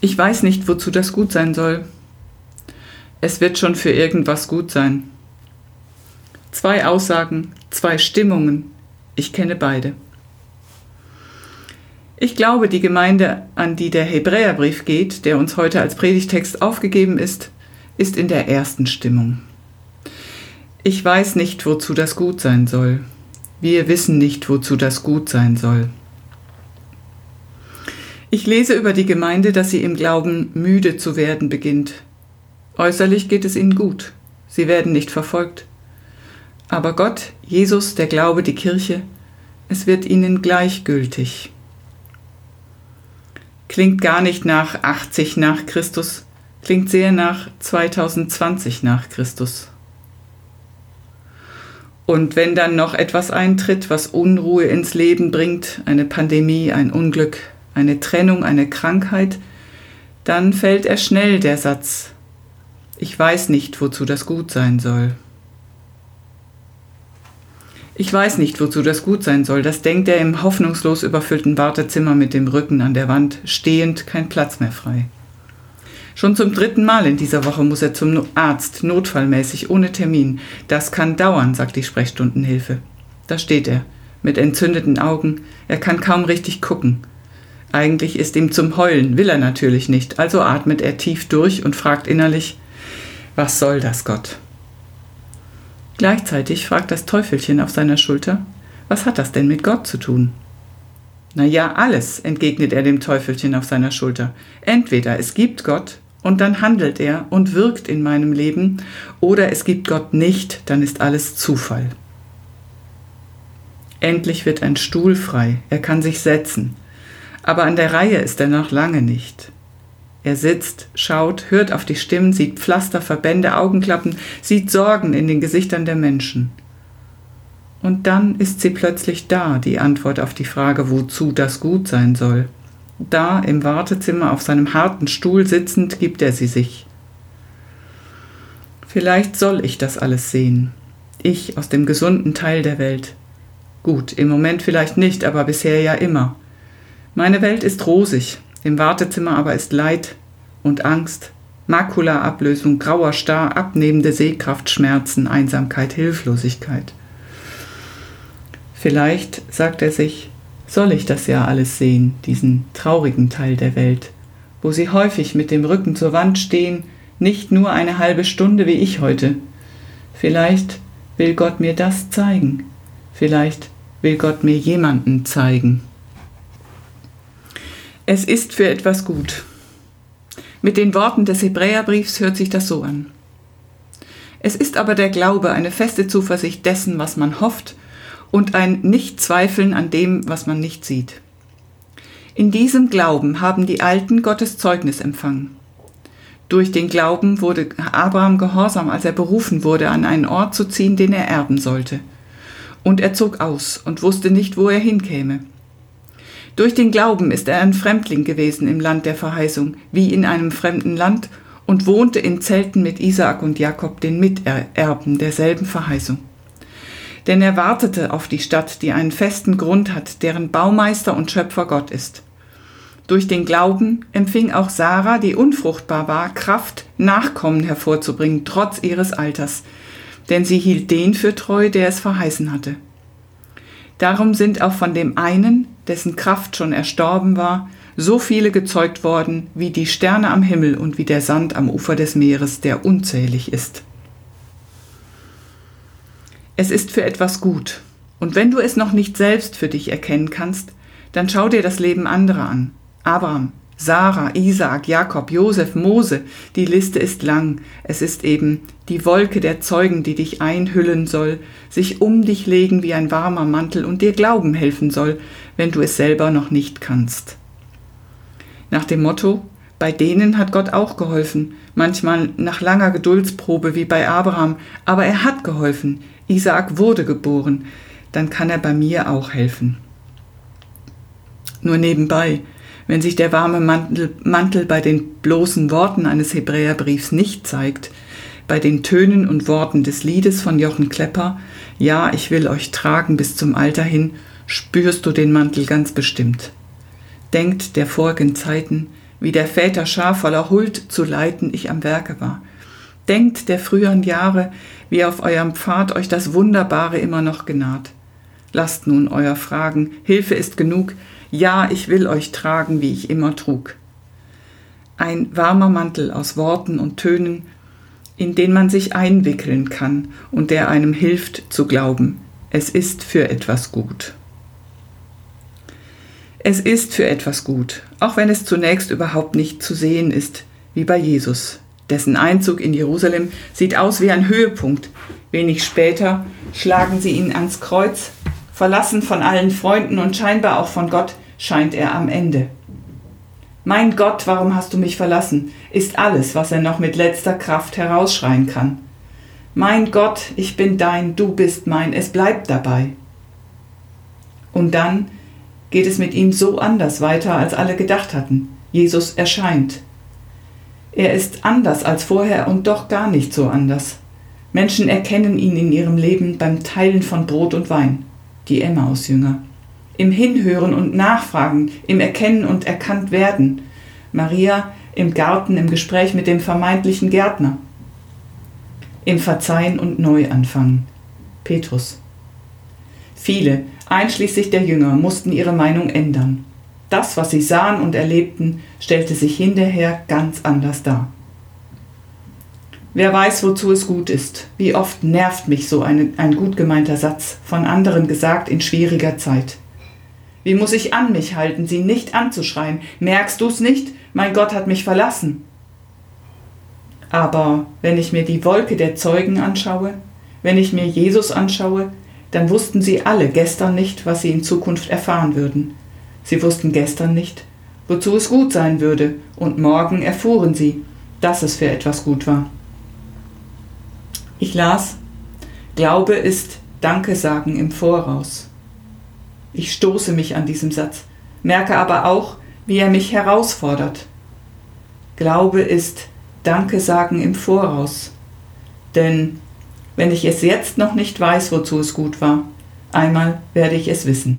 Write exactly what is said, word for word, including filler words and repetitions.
Ich weiß nicht, wozu das gut sein soll. Es wird schon für irgendwas gut sein. Zwei Aussagen, zwei Stimmungen. Ich kenne beide. Ich glaube, die Gemeinde, an die der Hebräerbrief geht, der uns heute als Predigtext aufgegeben ist, ist in der ersten Stimmung. Ich weiß nicht, wozu das gut sein soll. Wir wissen nicht, wozu das gut sein soll. Ich lese über die Gemeinde, dass sie im Glauben müde zu werden beginnt. Äußerlich geht es ihnen gut. Sie werden nicht verfolgt. Aber Gott, Jesus, der Glaube, die Kirche, es wird ihnen gleichgültig. Klingt gar nicht nach achtzig nach Christus, klingt sehr nach zweitausendzwanzig nach Christus. Und wenn dann noch etwas eintritt, was Unruhe ins Leben bringt, eine Pandemie, ein Unglück, eine Trennung, eine Krankheit, dann fällt er schnell der Satz: Ich weiß nicht, wozu das gut sein soll. Ich weiß nicht, wozu das gut sein soll. Das denkt er im hoffnungslos überfüllten Wartezimmer mit dem Rücken an der Wand, stehend, kein Platz mehr frei. Schon zum dritten Mal in dieser Woche muss er zum Arzt, notfallmäßig, ohne Termin. Das kann dauern, sagt die Sprechstundenhilfe. Da steht er, mit entzündeten Augen. Er kann kaum richtig gucken. Eigentlich ist ihm zum Heulen, will er natürlich nicht. Also atmet er tief durch und fragt innerlich: Was soll das, Gott? Gleichzeitig fragt das Teufelchen auf seiner Schulter: Was hat das denn mit Gott zu tun? Na ja, alles, entgegnet er dem Teufelchen auf seiner Schulter. Entweder es gibt Gott und dann handelt er und wirkt in meinem Leben, oder es gibt Gott nicht, dann ist alles Zufall. Endlich wird ein Stuhl frei, er kann sich setzen. Aber an der Reihe ist er noch lange nicht. Er sitzt, schaut, hört auf die Stimmen, sieht Pflaster, Verbände, Augenklappen, sieht Sorgen in den Gesichtern der Menschen. Und dann ist sie plötzlich da, die Antwort auf die Frage, wozu das gut sein soll. Da im Wartezimmer auf seinem harten Stuhl sitzend gibt er sie sich. Vielleicht soll ich das alles sehen. Ich aus dem gesunden Teil der Welt. Gut, im Moment vielleicht nicht, aber bisher ja immer. Meine Welt ist rosig, im Wartezimmer aber ist Leid und Angst, Makulaablösung, grauer Star, abnehmende Sehkraft, Schmerzen, Einsamkeit, Hilflosigkeit. Vielleicht, sagt er sich, soll ich das ja alles sehen, diesen traurigen Teil der Welt, wo sie häufig mit dem Rücken zur Wand stehen, nicht nur eine halbe Stunde wie ich heute. Vielleicht will Gott mir das zeigen, vielleicht will Gott mir jemanden zeigen. Es ist für etwas gut. Mit den Worten des Hebräerbriefs hört sich das so an. Es ist aber der Glaube, eine feste Zuversicht dessen, was man hofft, und ein Nichtzweifeln an dem, was man nicht sieht. In diesem Glauben haben die Alten Gottes Zeugnis empfangen. Durch den Glauben wurde Abraham gehorsam, als er berufen wurde, an einen Ort zu ziehen, den er erben sollte. Und er zog aus und wusste nicht, wo er hinkäme. Durch den Glauben ist er ein Fremdling gewesen im Land der Verheißung, wie in einem fremden Land, und wohnte in Zelten mit Isaak und Jakob, den Miterben derselben Verheißung. Denn er wartete auf die Stadt, die einen festen Grund hat, deren Baumeister und Schöpfer Gott ist. Durch den Glauben empfing auch Sarah, die unfruchtbar war, Kraft, Nachkommen hervorzubringen, trotz ihres Alters, denn sie hielt den für treu, der es verheißen hatte. Darum sind auch von dem einen, dessen Kraft schon erstorben war, so viele gezeugt worden, wie die Sterne am Himmel und wie der Sand am Ufer des Meeres, der unzählig ist. Es ist für etwas gut, und wenn du es noch nicht selbst für dich erkennen kannst, dann schau dir das Leben anderer an. Abraham, Sarah, Isaak, Jakob, Josef, Mose, die Liste ist lang. Es ist eben die Wolke der Zeugen, die dich einhüllen soll, sich um dich legen wie ein warmer Mantel und dir glauben helfen soll, wenn du es selber noch nicht kannst. Nach dem Motto, bei denen hat Gott auch geholfen, manchmal nach langer Geduldsprobe wie bei Abraham, aber er hat geholfen, Isaak wurde geboren, dann kann er bei mir auch helfen. Nur nebenbei, wenn sich der warme Mantel, Mantel bei den bloßen Worten eines Hebräerbriefs nicht zeigt, bei den Tönen und Worten des Liedes von Jochen Klepper, ja, ich will euch tragen bis zum Alter hin, spürst du den Mantel ganz bestimmt. Denkt der vorigen Zeiten, wie der Väter Schar voller Huld zu leiten ich am Werke war. Denkt der früheren Jahre, wie auf eurem Pfad euch das Wunderbare immer noch genaht. Lasst nun euer Fragen, Hilfe ist genug, ja, ich will euch tragen, wie ich immer trug. Ein warmer Mantel aus Worten und Tönen, in den man sich einwickeln kann und der einem hilft zu glauben, es ist für etwas gut. Es ist für etwas gut, auch wenn es zunächst überhaupt nicht zu sehen ist, wie bei Jesus. Dessen Einzug in Jerusalem sieht aus wie ein Höhepunkt. Wenig später schlagen sie ihn ans Kreuz. Verlassen von allen Freunden und scheinbar auch von Gott, scheint er am Ende. Mein Gott, warum hast du mich verlassen, ist alles, was er noch mit letzter Kraft herausschreien kann. Mein Gott, ich bin dein, du bist mein, es bleibt dabei. Und dann geht es mit ihm so anders weiter, als alle gedacht hatten. Jesus erscheint. Er ist anders als vorher und doch gar nicht so anders. Menschen erkennen ihn in ihrem Leben beim Teilen von Brot und Wein. Die Emmaus-Jünger. Im Hinhören und Nachfragen, im Erkennen und Erkanntwerden. Maria im Garten im Gespräch mit dem vermeintlichen Gärtner. Im Verzeihen und Neuanfangen. Petrus. Viele, einschließlich der Jünger, mussten ihre Meinung ändern. Das, was sie sahen und erlebten, stellte sich hinterher ganz anders dar. Wer weiß, wozu es gut ist. Wie oft nervt mich so ein, ein gut gemeinter Satz, von anderen gesagt in schwieriger Zeit. Wie muss ich an mich halten, sie nicht anzuschreien? Merkst du's nicht? Mein Gott hat mich verlassen. Aber wenn ich mir die Wolke der Zeugen anschaue, wenn ich mir Jesus anschaue, dann wussten sie alle gestern nicht, was sie in Zukunft erfahren würden. Sie wussten gestern nicht, wozu es gut sein würde, und morgen erfuhren sie, dass es für etwas gut war. Ich las, Glaube ist Danke sagen im Voraus. Ich stoße mich an diesem Satz, merke aber auch, wie er mich herausfordert. Glaube ist Danke sagen im Voraus. Denn wenn ich es jetzt noch nicht weiß, wozu es gut war, einmal werde ich es wissen.